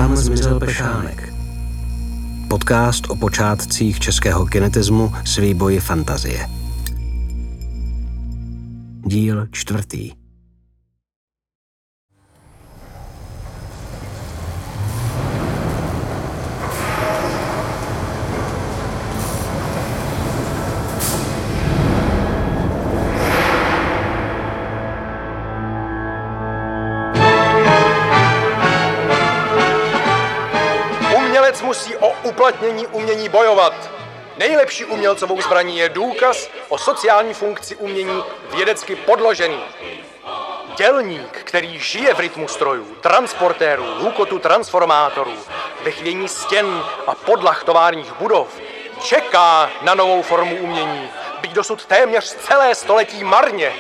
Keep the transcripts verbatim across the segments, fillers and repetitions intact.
Kam zmizel Pešánek? Podcast o počátcích českého kinetismu s výboji fantazie. Díl čtvrtý. Musí o uplatnění umění bojovat. Nejlepší umělcovou zbraní je důkaz o sociální funkci umění vědecky podložený. Dělník, který žije v rytmu strojů, transportérů, hlukotu transformátorů, ve chvění stěn a podlah továrních budov, čeká na novou formu umění, byť dosud téměř celé století marně.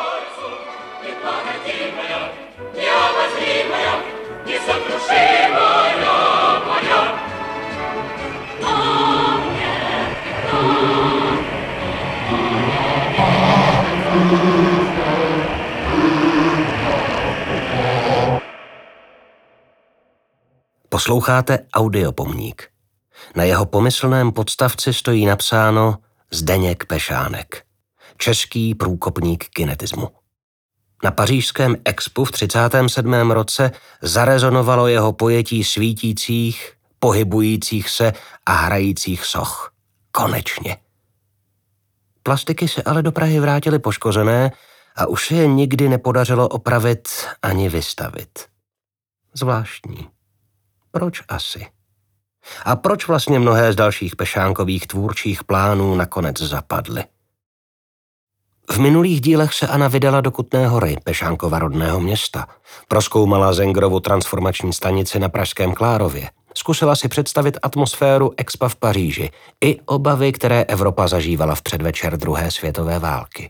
Posloucháte audiopomník. Na jeho pomyslném podstavci stojí napsáno Zdeněk Pešánek, český průkopník kinetismu. Na pařížském expu v třicátém sedmém roce zarezonovalo jeho pojetí svítících, pohybujících se a hrajících soch. Konečně. Plastiky se ale do Prahy vrátily poškozené a už se je nikdy nepodařilo opravit ani vystavit. Zvláštní. Proč asi? A proč vlastně mnohé z dalších Pešánkových tvůrčích plánů nakonec zapadly? V minulých dílech se Anna vydala do Kutné Hory, Pešánkova rodného města. Prozkoumala Zengerovu transformační stanici na pražském Klárově. Zkusila si představit atmosféru expa v Paříži i obavy, které Evropa zažívala v předvečer druhé světové války.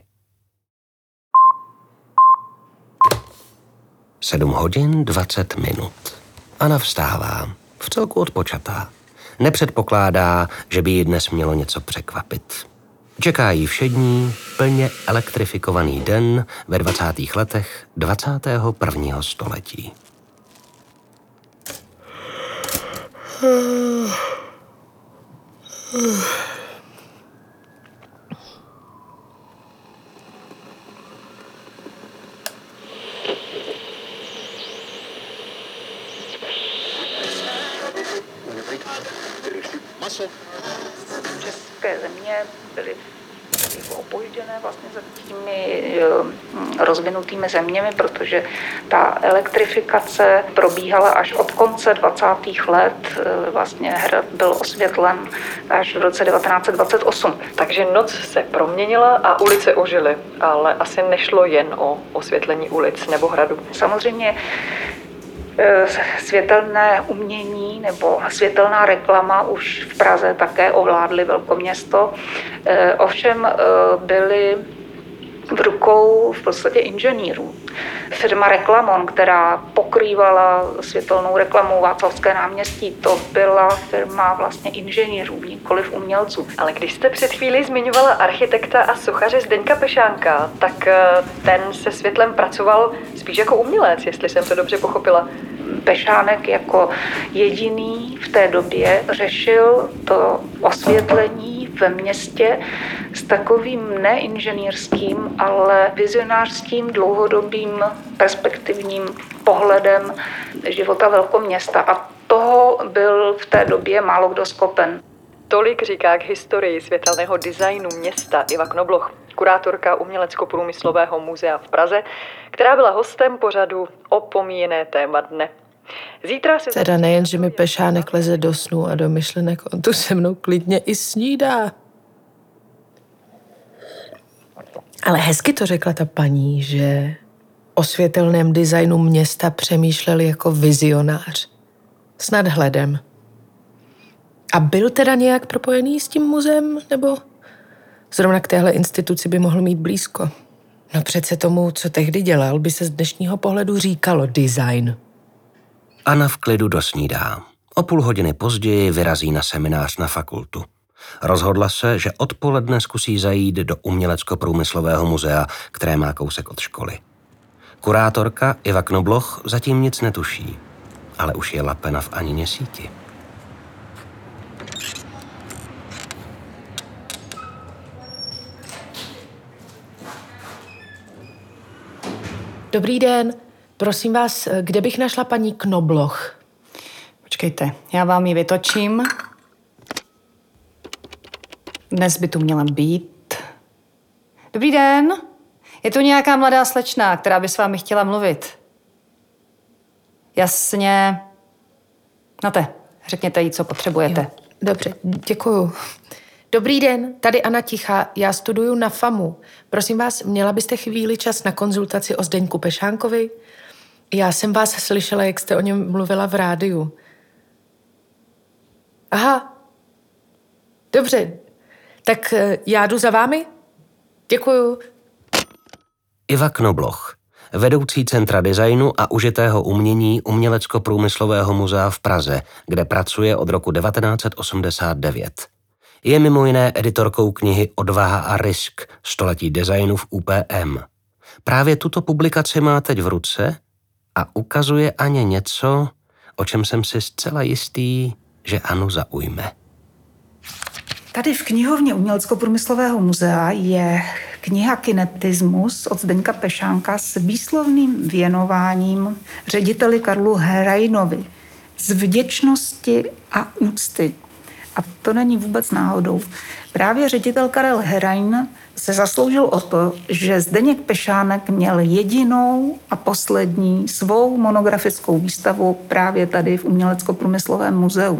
Sedm hodin dvacet minut. Anna vstává, v celku odpočatá. Nepředpokládá, že by ji dnes mělo něco překvapit. Čeká jí všední, plně elektrifikovaný den ve dvacátých letech dvacátého prvního století. České země byly opožděné vlastně za těmi rozvinutými zeměmi, protože ta elektrifikace probíhala až od konce dvacátých let. Vlastně hrad byl osvětlen až v roce devatenáct set dvacet osm. Takže noc se proměnila a ulice ožily, ale asi nešlo jen o osvětlení ulic nebo hradu. Samozřejmě světelné umění nebo světelná reklama už v Praze také ovládly velkoměsto. Ovšem byly v rukou v podstatě inženýrů. Firma Reklamon, která pokrývala světelnou reklamu Václavské náměstí, to byla firma vlastně inženýrů, nikoliv umělců. Ale když jste před chvílí zmiňovala architekta a sochaře Zdeňka Pešánka, tak ten se světlem pracoval spíš jako umělec, jestli jsem to dobře pochopila. Pešánek jako jediný v té době řešil to osvětlení ve městě s takovým neinženýrským, ale vizionářským, dlouhodobým, perspektivním pohledem života velkoměsta. A toho byl v té době málo kdo schopen. Tolik říká k historii světelného designu města Iva Knobloch, kurátorka Umělecko-průmyslového muzea v Praze, která byla hostem pořadu Opomíjené téma dne. Zítra se... Teda nejen, že mi Pešánek leze do snů a do myšlenek, on tu se mnou klidně i snídá. Ale hezky to řekla ta paní, že o světelném designu města přemýšlel jako vizionář. S nadhledem. A byl teda nějak propojený s tím muzeem, nebo zrovna k téhle instituci by mohl mít blízko? No přece tomu, co tehdy dělal, by se z dnešního pohledu říkalo design. Anna v klidu dosnídá. O půl hodiny později vyrazí na seminář na fakultu. Rozhodla se, že odpoledne zkusí zajít do Umělecko-průmyslového muzea, které má kousek od školy. Kurátorka Iva Knobloch zatím nic netuší. ale už je lapena v Anině síti. Dobrý den, prosím vás, kde bych našla paní Knobloch? Počkejte, já vám ji vytočím. Dnes by tu měla být. Dobrý den, je tu nějaká mladá slečna, která by s vámi chtěla mluvit. Jasně. No te, řekněte jí, co potřebujete. Jo, dobře, děkuju. Dobrý den, tady Anna Tichá, já studuju na FAMu. Prosím vás, měla byste chvíli čas na konzultaci o Zdeňku Pešánkovi? Já jsem vás slyšela, jak jste o něm mluvila v rádiu. Aha, dobře, tak já jdu za vámi? Děkuju. Iva Knobloch, vedoucí Centra designu a užitého umění Umělecko-průmyslového muzea v Praze, kde pracuje od roku devatenáct set osmdesát devět. Je mimo jiné editorkou knihy Odvaha a risk, století designu v U P M. Právě tuto publikaci má teď v ruce a ukazuje Aně něco, o čem jsem si zcela jistý, že Anu zaujme. Tady v knihovně Umělecko-průmyslového muzea je kniha Kinetismus od Zdeňka Pešánka s výslovným věnováním řediteli Karlu Herajnovi z vděčnosti a úcty. A to není vůbec náhodou. Právě ředitel Karel Herajn se zasloužil o to, že Zdeněk Pešánek měl jedinou a poslední svou monografickou výstavu právě tady v Umělecko-průmyslovém muzeu.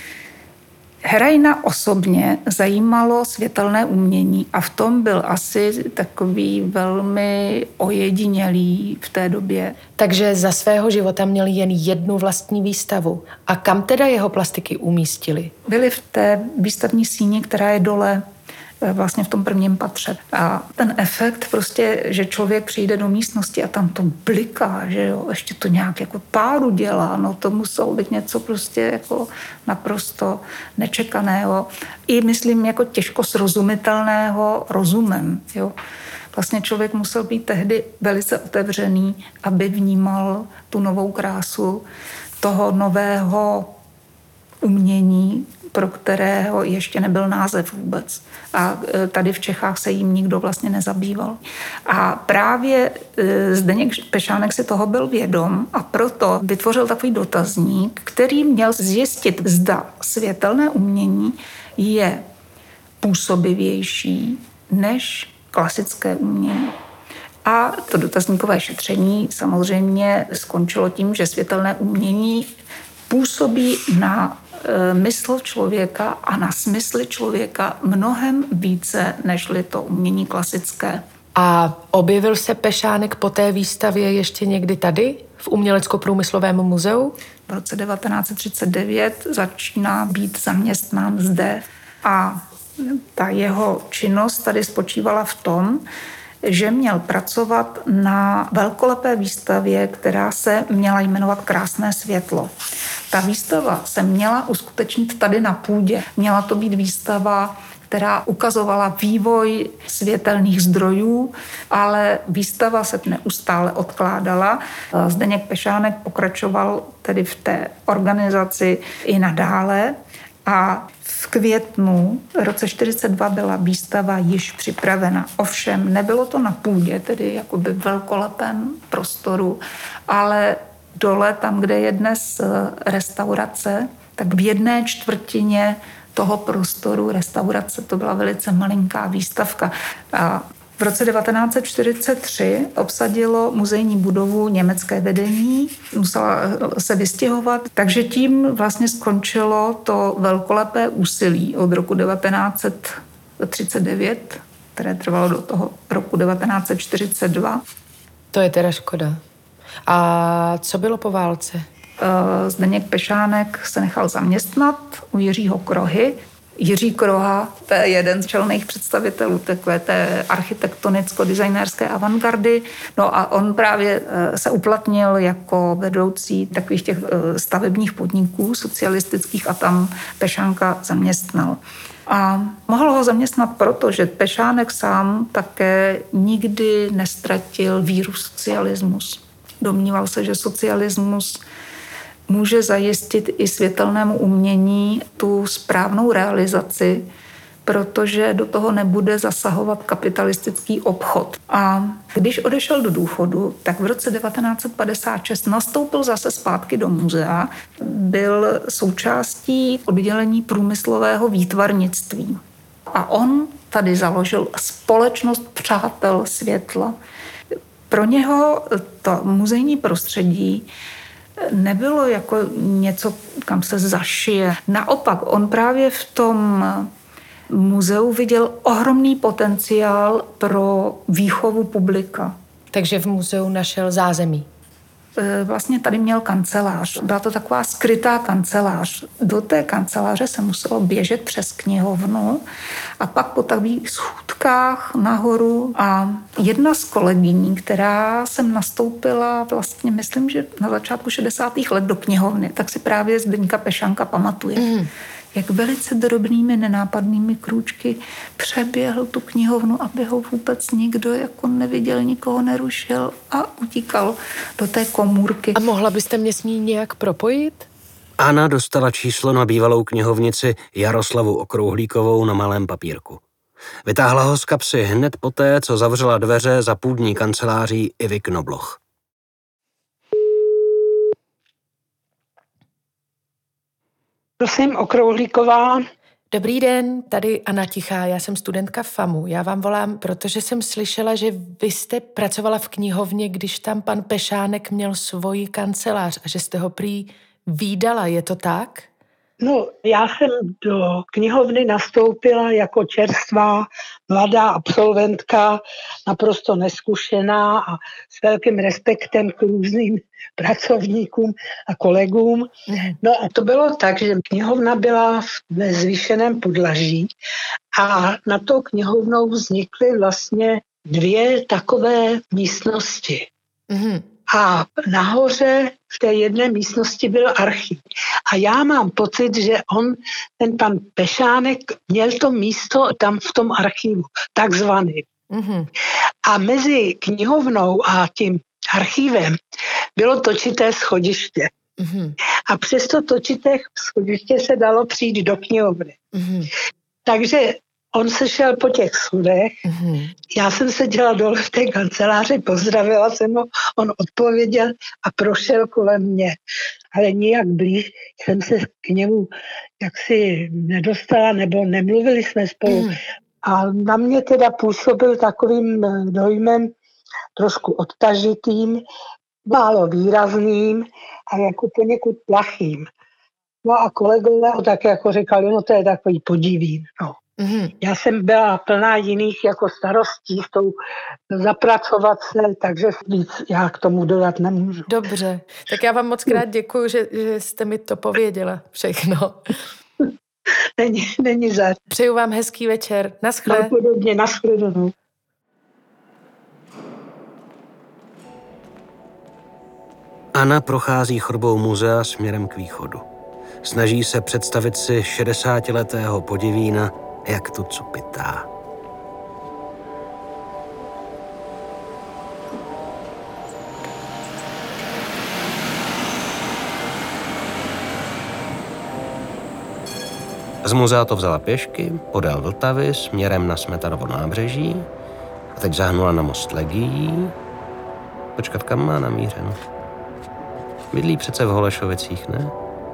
Herajna osobně zajímalo světelné umění a v tom byl asi takový velmi ojedinělý v té době. Takže za svého života měl jen jednu vlastní výstavu. A kam teda jeho plastiky umístili? Byly v té výstavní síni, která je dole vlastně v tom prvním patře. A ten efekt prostě, že člověk přijde do místnosti a tam to bliká, že jo, ještě to nějak jako páru dělá, no to muselo být něco prostě jako naprosto nečekaného. I myslím jako těžko srozumitelného rozumem, jo. Vlastně člověk musel být tehdy velice otevřený, aby vnímal tu novou krásu toho nového umění, pro kterého ještě nebyl název vůbec. A tady v Čechách se jim nikdo vlastně nezabýval. A právě Zdeněk Pešánek si toho byl vědom a proto vytvořil takový dotazník, který měl zjistit, zda světelné umění je působivější než klasické umění. A to dotazníkové šetření samozřejmě skončilo tím, že světelné umění působí na mysl člověka a na smysly člověka mnohem více, nežli to umění klasické. A objevil se Pešánek po té výstavě ještě někdy tady, v Umělecko-průmyslovém muzeu? V roce devatenáct set třicet devět začíná být zaměstnán zde a ta jeho činnost tady spočívala v tom, že měl pracovat na velkolepé výstavě, která se měla jmenovat Krásné světlo. Ta výstava se měla uskutečnit tady na půdě. Měla to být výstava, která ukazovala vývoj světelných zdrojů, ale výstava se neustále odkládala. Zdeněk Pešánek pokračoval tedy v té organizaci i nadále a v květnu roce čtyřicet dva byla výstava již připravena. Ovšem nebylo to na půdě, tedy jakoby velkolepém prostoru, ale dole, tam, kde je dnes restaurace, tak v jedné čtvrtině toho prostoru restaurace to byla velice malinká výstavka. A v roce devatenáct set čtyřicet tři obsadilo muzejní budovu německé vedení, musela se vystěhovat, takže tím vlastně skončilo to velkolepé úsilí od roku devatenáct set třicet devět, které trvalo do toho roku devatenáct set čtyřicet dva. To je teda škoda. A co bylo po válce? Zdeněk Pešánek se nechal zaměstnat u Jiřího Krohy. Jiří Kroha, to je jeden z čelných představitelů takové té architektonicko-designérské avantgardy. No a on právě se uplatnil jako vedoucí takových těch stavebních podniků socialistických a tam Pešánka zaměstnal. A mohl ho zaměstnat proto, že Pešánek sám také nikdy nestratil víru v socialismus. Domníval se, že socialismus může zajistit i světelnému umění tu správnou realizaci, protože do toho nebude zasahovat kapitalistický obchod. A když odešel do důchodu, tak v roce devatenáct set padesát šest nastoupil zase zpátky do muzea. Byl součástí oddělení průmyslového výtvarnictví. A on tady založil společnost přátel světla. Pro něho to muzejní prostředí nebylo jako něco, kam se zašije. Naopak, on právě v tom muzeu viděl ohromný potenciál pro výchovu publika. Takže v muzeu našel zázemí. Vlastně tady měl kancelář. Byla to taková skrytá kancelář. Do té kanceláře se muselo běžet přes knihovnu a pak po takových schůdkách nahoru. A jedna z kolegyní, která sem nastoupila vlastně, myslím, že na začátku šedesátých let do knihovny, tak si právě Zdeňka Pešánka pamatuje. Mm. Jak velice drobnými, nenápadnými krůčky přeběhl tu knihovnu, aby ho vůbec nikdo jako neviděl, nikoho nerušil a utíkal do té komůrky. A mohla byste mě s ní nějak propojit? Anna dostala číslo na bývalou knihovnici Jaroslavu Okrouhlíkovou na malém papírku. Vytáhla ho z kapsy hned poté, co zavřela dveře za půdní kanceláří Ivy Knobloch. Prosím, Okrouhlíková. Dobrý den, tady Anna Tichá, já jsem studentka FAMu. Já vám volám, protože jsem slyšela, že vy jste pracovala v knihovně, když tam pan Pešánek měl svoji kancelář a že jste ho prý vídala, je to tak? No, já jsem do knihovny nastoupila jako čerstvá, mladá absolventka, naprosto neskušená a s velkým respektem k různým pracovníkům a kolegům. No a to bylo tak, že knihovna byla ve zvýšeném podlaží a na tou knihovnou vznikly vlastně dvě takové místnosti. Mm-hmm. A nahoře v té jedné místnosti byl archiv. A já mám pocit, že on, ten pan Pešánek, měl to místo tam v tom archivu, takzvaný. Mm-hmm. A mezi knihovnou a tím archivem bylo točité schodiště. Mm-hmm. A přes to točité schodiště se dalo přijít do knihovny. Mm-hmm. Takže on se šel po těch schodech, mm-hmm. já jsem seděla dole v té kanceláři, pozdravila jsem ho, on odpověděl a prošel kolem mě. Ale nijak blíž jsem se k němu jaksi nedostala, nebo nemluvili jsme spolu. Mm. A na mě teda působil takovým dojmem trošku odtažitým, málo výrazným a jako poněkud plachým. No a kolegové ho tak jako říkali, no to je takový podivín, no. Mm-hmm. Já jsem byla plná jiných jako starostí s tou zapracovat se, takže víc já k tomu dodat nemůžu. Dobře, tak já vám moc krát děkuju, že, že jste mi to pověděla všechno. není, není zač. Přeju vám hezký večer. Naschle. No, podobně, nashledanou. Anna prochází chodbou muzea směrem k východu. Snaží se představit si šedesátiletého podivína, jak tu cupitá. Z muzea to vzala pěšky, podél Vltavy, směrem na Smetanovo nábřeží a teď zahnula na most Legií. Počkat, kam má namířeno? Bydlí přece v Holešovicích, ne?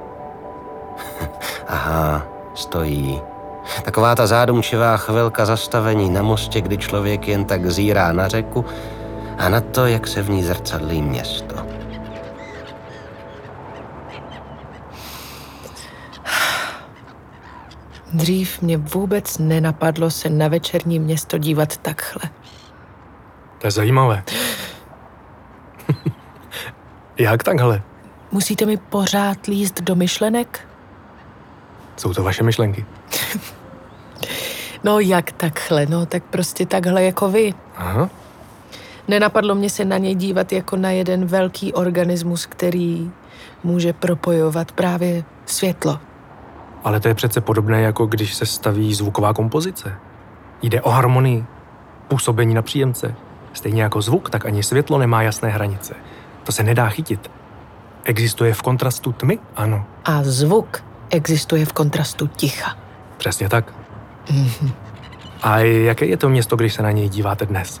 Aha, stojí. Taková ta zádumčivá chvilka zastavení na mostě, kdy člověk jen tak zírá na řeku a na to, jak se v ní zrcadlí město. Dřív mě vůbec nenapadlo se na večerní město dívat takhle. To je zajímavé. Jak takhle? Musíte mi pořád líst do myšlenek? Jsou to vaše myšlenky? No jak takhle, no tak prostě takhle jako vy. Aha. Nenapadlo mě se na něj dívat jako na jeden velký organismus, který může propojovat právě světlo. Ale to je přece podobné, jako když se staví zvuková kompozice. Jde o harmonii, působení na příjemce. Stejně jako zvuk, tak ani světlo nemá jasné hranice. To se nedá chytit. existuje v kontrastu tmy? Ano. A zvuk existuje v kontrastu ticha. Přesně tak. Mm-hmm. A jaké je to město, když se na něj díváte dnes?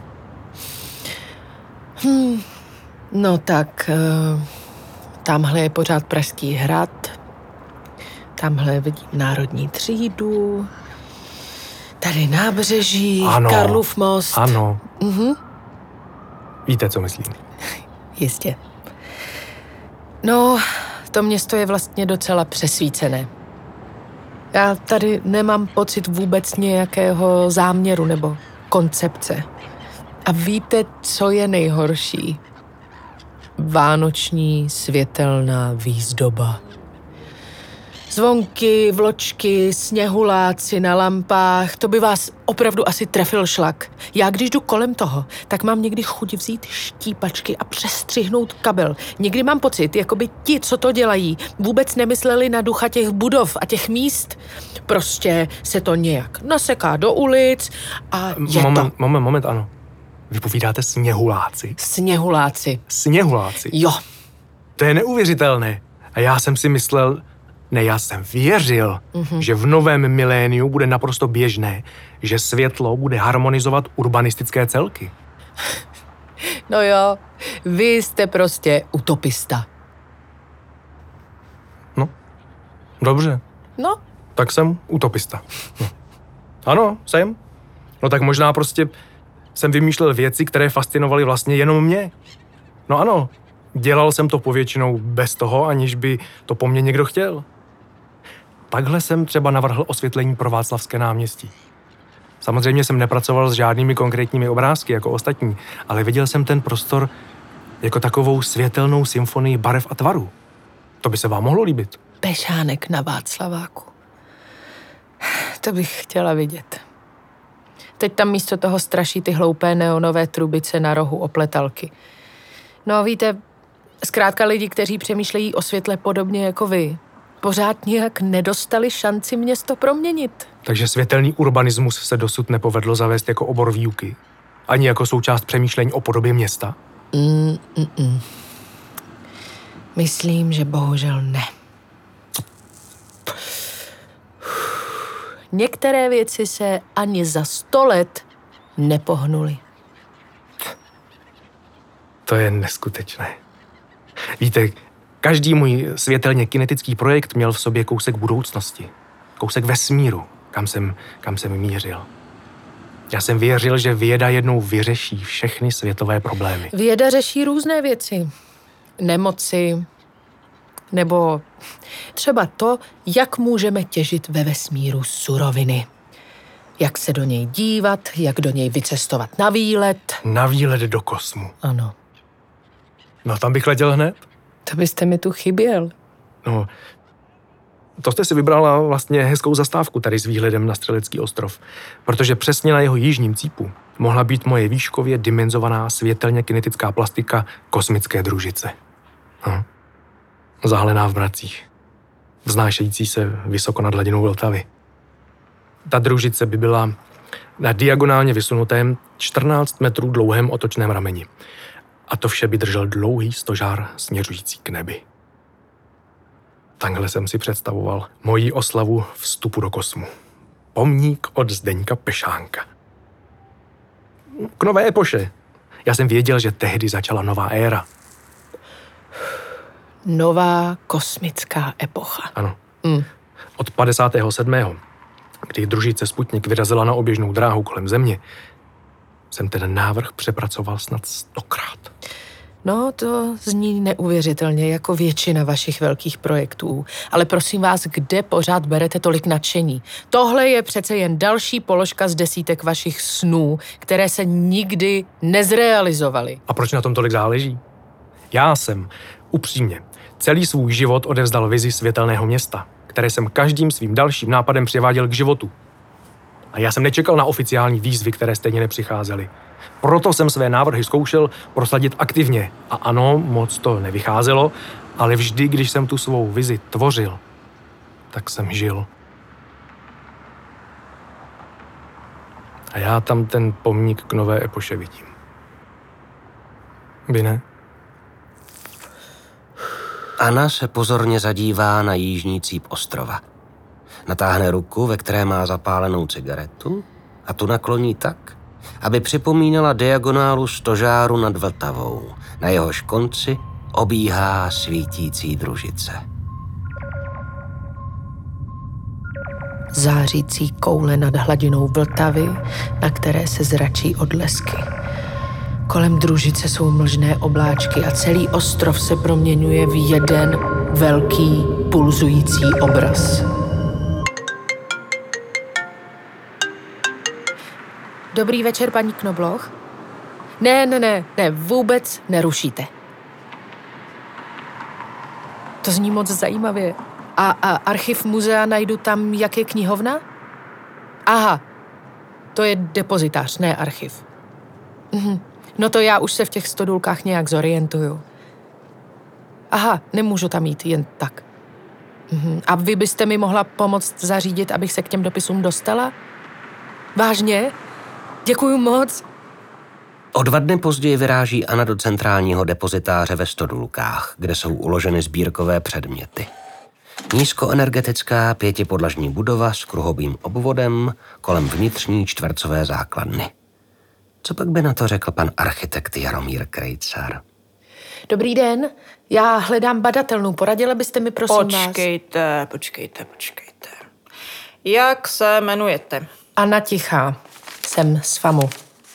Hmm. No tak, uh, tamhle je pořád Pražský hrad, tamhle vidím Národní třídu, tady nábřeží, ano, Karlův most. Ano. Mhm. Víte, co myslím? Jistě. No, to město je vlastně docela přesvícené. Já tady nemám pocit vůbec nějakého záměru nebo koncepce. A víte, co je nejhorší? Vánoční světelná výzdoba. Zvonky, vločky, sněhuláci na lampách, to by vás opravdu asi trefil šlak. Já když jdu kolem toho, tak mám někdy chuť vzít štípačky a přestřihnout kabel. Někdy mám pocit, jako by ti, co to dělají, vůbec nemysleli na ducha těch budov a těch míst. Prostě se to nějak naseká do ulic a je moment, to. Moment, moment, ano. Vy povídáte sněhuláci. Sněhuláci. Sněhuláci? Jo. To je neuvěřitelné. A já jsem si myslel, ne, já jsem věřil, mm-hmm. že v novém miléniu bude naprosto běžné, že světlo bude harmonizovat urbanistické celky. No jo, vy jste prostě utopista. No, dobře. No. Tak jsem utopista. No. Ano, jsem. No tak možná prostě jsem vymýšlel věci, které fascinovaly vlastně jenom mě. No ano, dělal jsem to povětšinou bez toho, aniž by to po mně někdo chtěl. Takhle jsem třeba navrhl osvětlení pro Václavské náměstí. Samozřejmě jsem nepracoval s žádnými konkrétními obrázky jako ostatní, ale viděl jsem ten prostor jako takovou světelnou symfonii barev a tvarů. To by se vám mohlo líbit. Pešánek na Václaváku. To bych chtěla vidět. Teď tam místo toho straší ty hloupé neonové trubice na rohu opletalky. No víte, zkrátka lidi, kteří přemýšlejí o světle podobně jako vy, pořád nějak nedostali šanci město proměnit. Takže světelný urbanismus se dosud nepovedlo zavést jako obor výuky? Ani jako součást přemýšlení o podobě města? Mm, mm, mm. Myslím, že bohužel ne. Některé věci se ani za sto let nepohnuly. To je neskutečné. Víte, každý můj světelně kinetický projekt měl v sobě kousek budoucnosti. Kousek vesmíru, kam jsem, kam jsem mířil. Já jsem věřil, že věda jednou vyřeší všechny světové problémy. Věda řeší různé věci. Nemoci, nebo třeba to, jak můžeme těžit ve vesmíru suroviny. Jak se do něj dívat, jak do něj vycestovat na výlet. Na výlet do kosmu. Ano. No tam bych letěl hned. To byste mi tu chyběl. No, to jste si vybrala vlastně hezkou zastávku tady s výhledem na Střelecký ostrov, protože přesně na jeho jižním cípu mohla být moje výškově dimenzovaná světelně kinetická plastika kosmické družice. No. Zahalená v mracích, vznášející se vysoko nad hladinou Vltavy. Ta družice by byla na diagonálně vysunutém čtrnáct metrů dlouhém otočném rameni. A to vše by držel dlouhý stožár směřující k nebi. Takhle jsem si představoval moji oslavu vstupu do kosmu. Pomník od Zdeňka Pešánka. K nové epoše. Já jsem věděl, že tehdy začala nová éra. Nová kosmická epocha. Ano. Mm. Od padesátého sedmého kdy družice Sputnik vyrazila na oběžnou dráhu kolem Země, jsem ten návrh přepracoval snad stokrát. No, to zní neuvěřitelně, jako většina vašich velkých projektů. Ale prosím vás, kde pořád berete tolik nadšení? Tohle je přece jen další položka z desítek vašich snů, které se nikdy nezrealizovaly. A proč na tom tolik záleží? Já jsem, upřímně, celý svůj život odevzdal vizi světelného města, které jsem každým svým dalším nápadem přiváděl k životu. A já jsem nečekal na oficiální výzvy, které stejně nepřicházely. Proto jsem své návrhy zkoušel prosadit aktivně. A ano, moc to nevycházelo, ale vždy, když jsem tu svou vizi tvořil, tak jsem žil. A já tam ten pomník k nové epoše vidím. Vy ne? Anna se pozorně zadívá na jižní cíp ostrova. Natáhne ruku, ve které má zapálenou cigaretu, a tu nakloní tak, aby připomínala diagonálu stožáru nad Vltavou. Na jehož konci obíhá svítící družice. Zářící koule nad hladinou Vltavy, na které se zračí odlesky. Kolem družice jsou mlžné obláčky a celý ostrov se proměňuje v jeden velký pulzující obraz. Dobrý večer, paní Knobloch. Ne, ne, ne, ne, vůbec nerušíte. To zní moc zajímavě. A, a archiv muzea najdu tam, jak je knihovna? Aha, to je depozitář, ne archiv. Mhm. No to já už se v těch stodůlkách nějak zorientuju. Aha, nemůžu tam jít jen tak. Mhm. A vy byste mi mohla pomoct zařídit, abych se k těm dopisům dostala? Vážně? Děkuju moc. O dva dny později vyráží Anna do centrálního depozitáře ve Stodůlkách, kde jsou uloženy sbírkové předměty. Nízkoenergetická pětipodlažní budova s kruhovým obvodem kolem vnitřní čtvercové základny. Co pak by na to řekl pan architekt Jaromír Krejcar? Dobrý den, já hledám badatelnu. Poradila byste mi, prosím vás? Počkejte, počkejte, počkejte. Jak se jmenujete? Anna Tichá. Jsem z FAMu.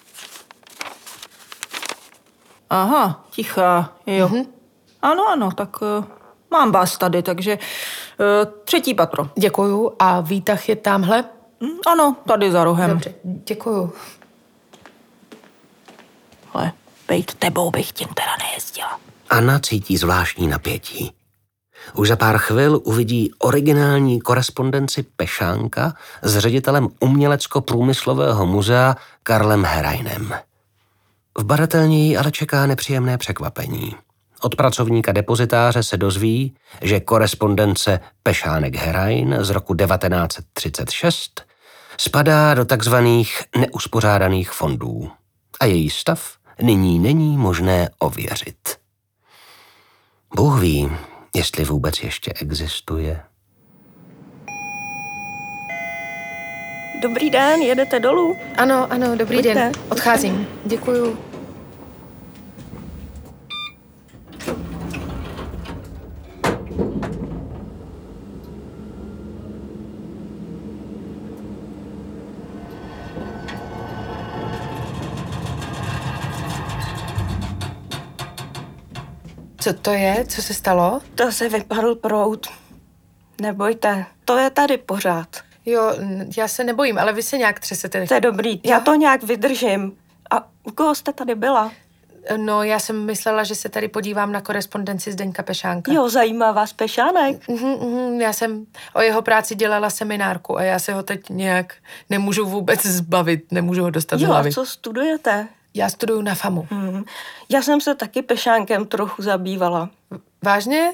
Aha, Tichá, jo. Mhm. Ano, ano, tak uh, mám vás tady, takže uh, třetí patro. Děkuju. A výtah je tamhle? Mm, ano, tady za rohem. Dobře, děkuju. Ale bejt tebou bych tím teda nejezdila. Anna cítí zvláštní napětí. Už za pár chvil uvidí originální korespondenci Pešánka s ředitelem Umělecko-průmyslového muzea Karlem Herajnem. V badatelně jí ale čeká nepříjemné překvapení. Od pracovníka depozitáře se dozví, že korespondence Pešánek-Herajn z roku devatenáct set třicet šest spadá do takzvaných neuspořádaných fondů a její stav nyní není možné ověřit. Bůh ví, jestli vůbec ještě existuje. Dobrý den, jedete dolů? Ano, ano, dobrý Pojďte. den. Odcházím. Děkuju. Co to je? Co se stalo? To se vypadl proud. Nebojte, to je tady pořád. Jo, n- já se nebojím, ale vy se nějak třesete. To je dobrý, já to nějak vydržím. A u koho jste tady byla? No, já jsem myslela, že se tady podívám na korespondenci Zdeňka Pešánka. Jo, zajímá vás Pešánek? Mhm, mhm, já jsem o jeho práci dělala seminárku a já se ho teď nějak nemůžu vůbec zbavit, nemůžu ho dostat z Jo, a hlavy. co studujete? Já studuju na FAMu. Hmm. Já jsem se taky Pešánkem trochu zabývala. Vážně?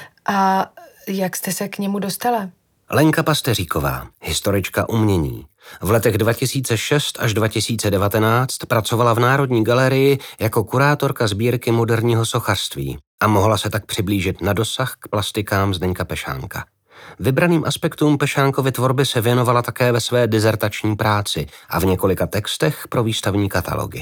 A jak jste se k němu dostala? Lenka Pasteříková, historička umění. V letech dva tisíce šest až dva tisíce devatenáct pracovala v Národní galerii jako kurátorka sbírky moderního sochařství a mohla se tak přiblížit na dosah k plastikám Zdeňka Pešánka. Vybraným aspektům Pešánkovy tvorby se věnovala také ve své dizertační práci a v několika textech pro výstavní katalogy.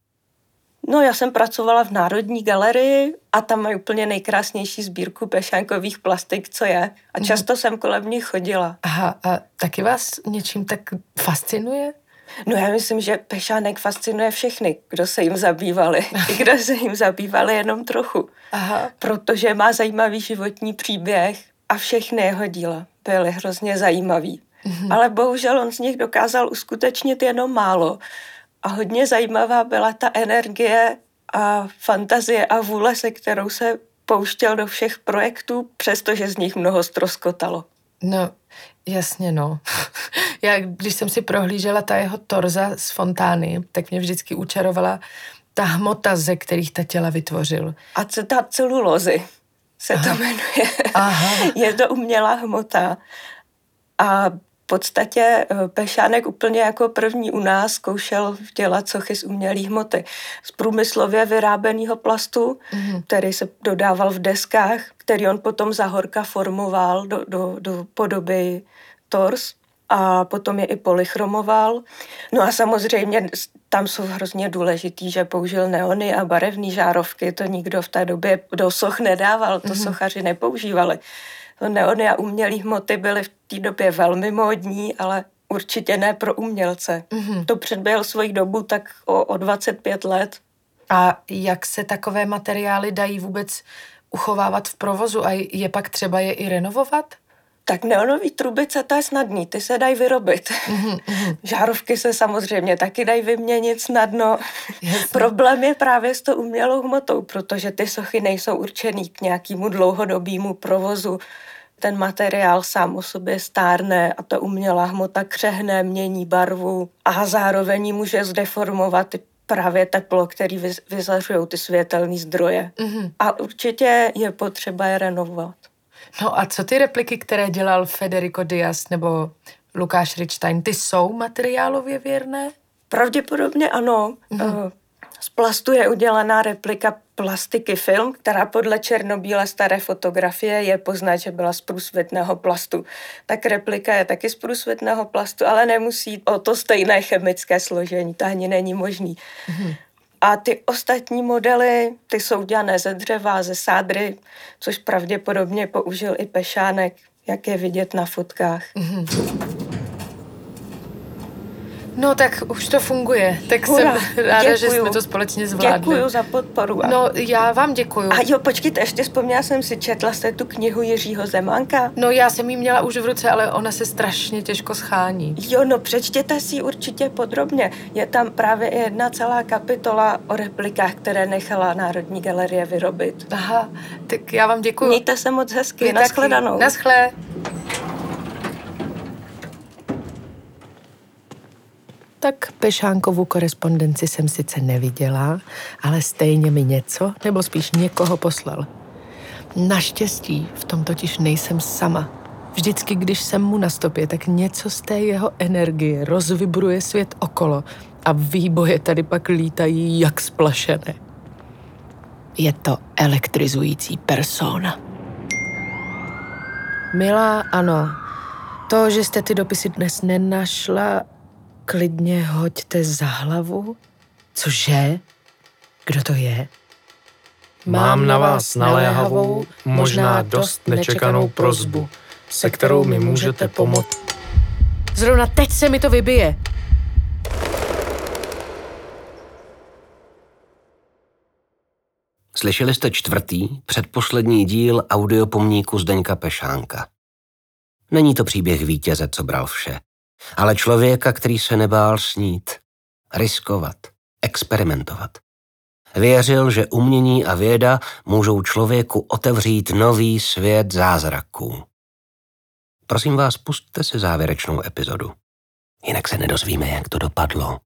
No, já jsem pracovala v Národní galerii a tam mají úplně nejkrásnější sbírku Pešánkových plastik, co je. A často mm. jsem kolem nich chodila. Aha, a taky vás něčím tak fascinuje? No, já myslím, že Pešánek fascinuje všechny, kdo se jim zabývali. I kdo se jim zabývali jenom trochu. Aha. Protože má zajímavý životní příběh a všechny jeho díla byly hrozně zajímavý. Mm. Ale bohužel on z nich dokázal uskutečnit jenom málo. A hodně zajímavá byla ta energie a fantazie a vůle, se kterou se pouštěl do všech projektů, přestože z nich mnoho ztroskotalo. No, jasně no. Já, když jsem si prohlížela ta jeho torza z fontány, tak mě vždycky učarovala ta hmota, ze kterých ta těla vytvořil. Acetat celulózy se Aha. to jmenuje. Aha. Je to umělá hmota. A podstatě Pešánek úplně jako první u nás zkoušel dělat sochy z umělé hmoty. Z průmyslově vyrábeného plastu, mm. který se dodával v deskách, který on potom za horka formoval do, do, do podoby tors a potom je i polychromoval. No a samozřejmě tam jsou hrozně důležitý, že použil neony a barevné žárovky. To nikdo v té době do soch nedával, to mm. sochaři nepoužívali. Neony a umělé hmoty byly v té době velmi módní, ale určitě ne pro umělce. Mm-hmm. To předběhl svoji dobu tak o, o dvacet pět let. A jak se takové materiály dají vůbec uchovávat v provozu a je pak třeba je i renovovat? Tak neonový trubice, to je snadný, ty se dají vyrobit. Mm-hmm. Žárovky se samozřejmě taky dají vyměnit snadno. Problém je právě s tou umělou hmotou, protože ty sochy nejsou určený k nějakému dlouhodobému provozu. Ten materiál sám o sobě stárne a ta umělá hmota křehne, mění barvu a zároveň může zdeformovat právě teplo, který vyzařují ty světelné zdroje. Mm-hmm. A určitě je potřeba je renovovat. No a co ty repliky, které dělal Federico Díaz nebo Lukáš Richtstein, ty jsou materiálově věrné? Pravděpodobně ano. Mm-hmm. Z plastu je udělaná replika plastiky film, která podle černobílé staré fotografie je poznat, že byla z průsvitného plastu. Tak replika je taky z průsvitného plastu, ale nemusí jít o to stejné chemické složení, to ani není možný. Mm-hmm. A ty ostatní modely, ty jsou dělané ze dřeva, ze sádry, což pravděpodobně použil i Pešánek, jak je vidět na fotkách. Mm-hmm. No tak už to funguje, tak Hura, jsem ráda, děkuju. Že jsme to společně zvládli. Děkuju za podporu. No já vám děkuju. A jo, počkejte, ještě vzpomněla jsem si, četla jste tu knihu Jiřího Zemánka? No já jsem ji měla už v ruce, ale ona se strašně těžko schání. Jo, no přečtěte si ji určitě podrobně. Je tam právě jedna celá kapitola o replikách, které nechala Národní galerie vyrobit. Aha, tak já vám děkuju. Mějte se moc hezky, nashledanou. Naschle. Tak Pešánkovu korespondenci jsem sice neviděla, ale stejně mi něco, nebo spíš někoho poslal. Naštěstí v tom totiž nejsem sama. Vždycky, když jsem mu na stopě, tak něco z té jeho energie rozvibruje svět okolo a výboje tady pak lítají jak splašené. Je to elektrizující persona. Milá, ano, to, že jste ty dopisy dnes nenašla, klidně hoďte za hlavu. Cože? Kdo to je? Mám na vás naléhavou, možná dost nečekanou prosbu, se kterou mi můžete pomoct. Zrovna teď se mi to vybije. Slyšeli jste čtvrtý, předposlední díl audiopomníku Zdeňka Pešánka. Není to příběh vítěze, co bral vše, ale člověka, který se nebál snít, riskovat, experimentovat. Věřil, že umění a věda můžou člověku otevřít nový svět zázraků. Prosím vás, pusťte si závěrečnou epizodu. Jinak se nedozvíme, jak to dopadlo.